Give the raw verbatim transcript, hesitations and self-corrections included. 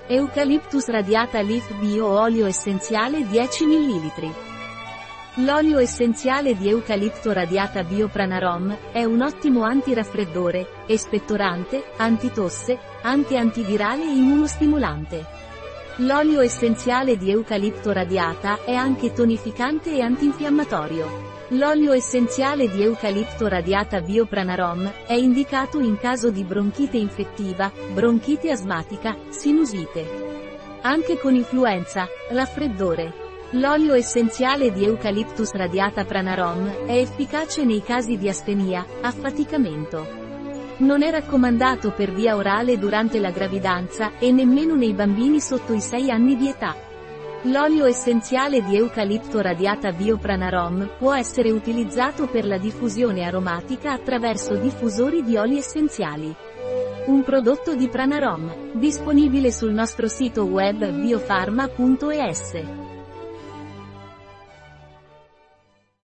Eucalyptus radiata Leaf Bio olio essenziale dieci millilitri. L'olio essenziale di eucalipto radiata Bio Pranarom è un ottimo antiraffreddore, espettorante, antitosse, anche antivirale e immunostimolante. L'olio essenziale di eucalipto radiata è anche tonificante e antinfiammatorio. L'olio essenziale di eucalipto radiata Bio Pranarom è indicato in caso di bronchite infettiva, bronchite asmatica, sinusite. Anche con influenza, raffreddore. L'olio essenziale di Eucalyptus radiata Pranarom è efficace nei casi di astenia, affaticamento. Non è raccomandato per via orale durante la gravidanza e nemmeno nei bambini sotto i sei anni di età. L'olio essenziale di eucalipto radiata Bio Pranarom può essere utilizzato per la diffusione aromatica attraverso diffusori di oli essenziali. Un prodotto di Pranarom, disponibile sul nostro sito web biofarma punto es.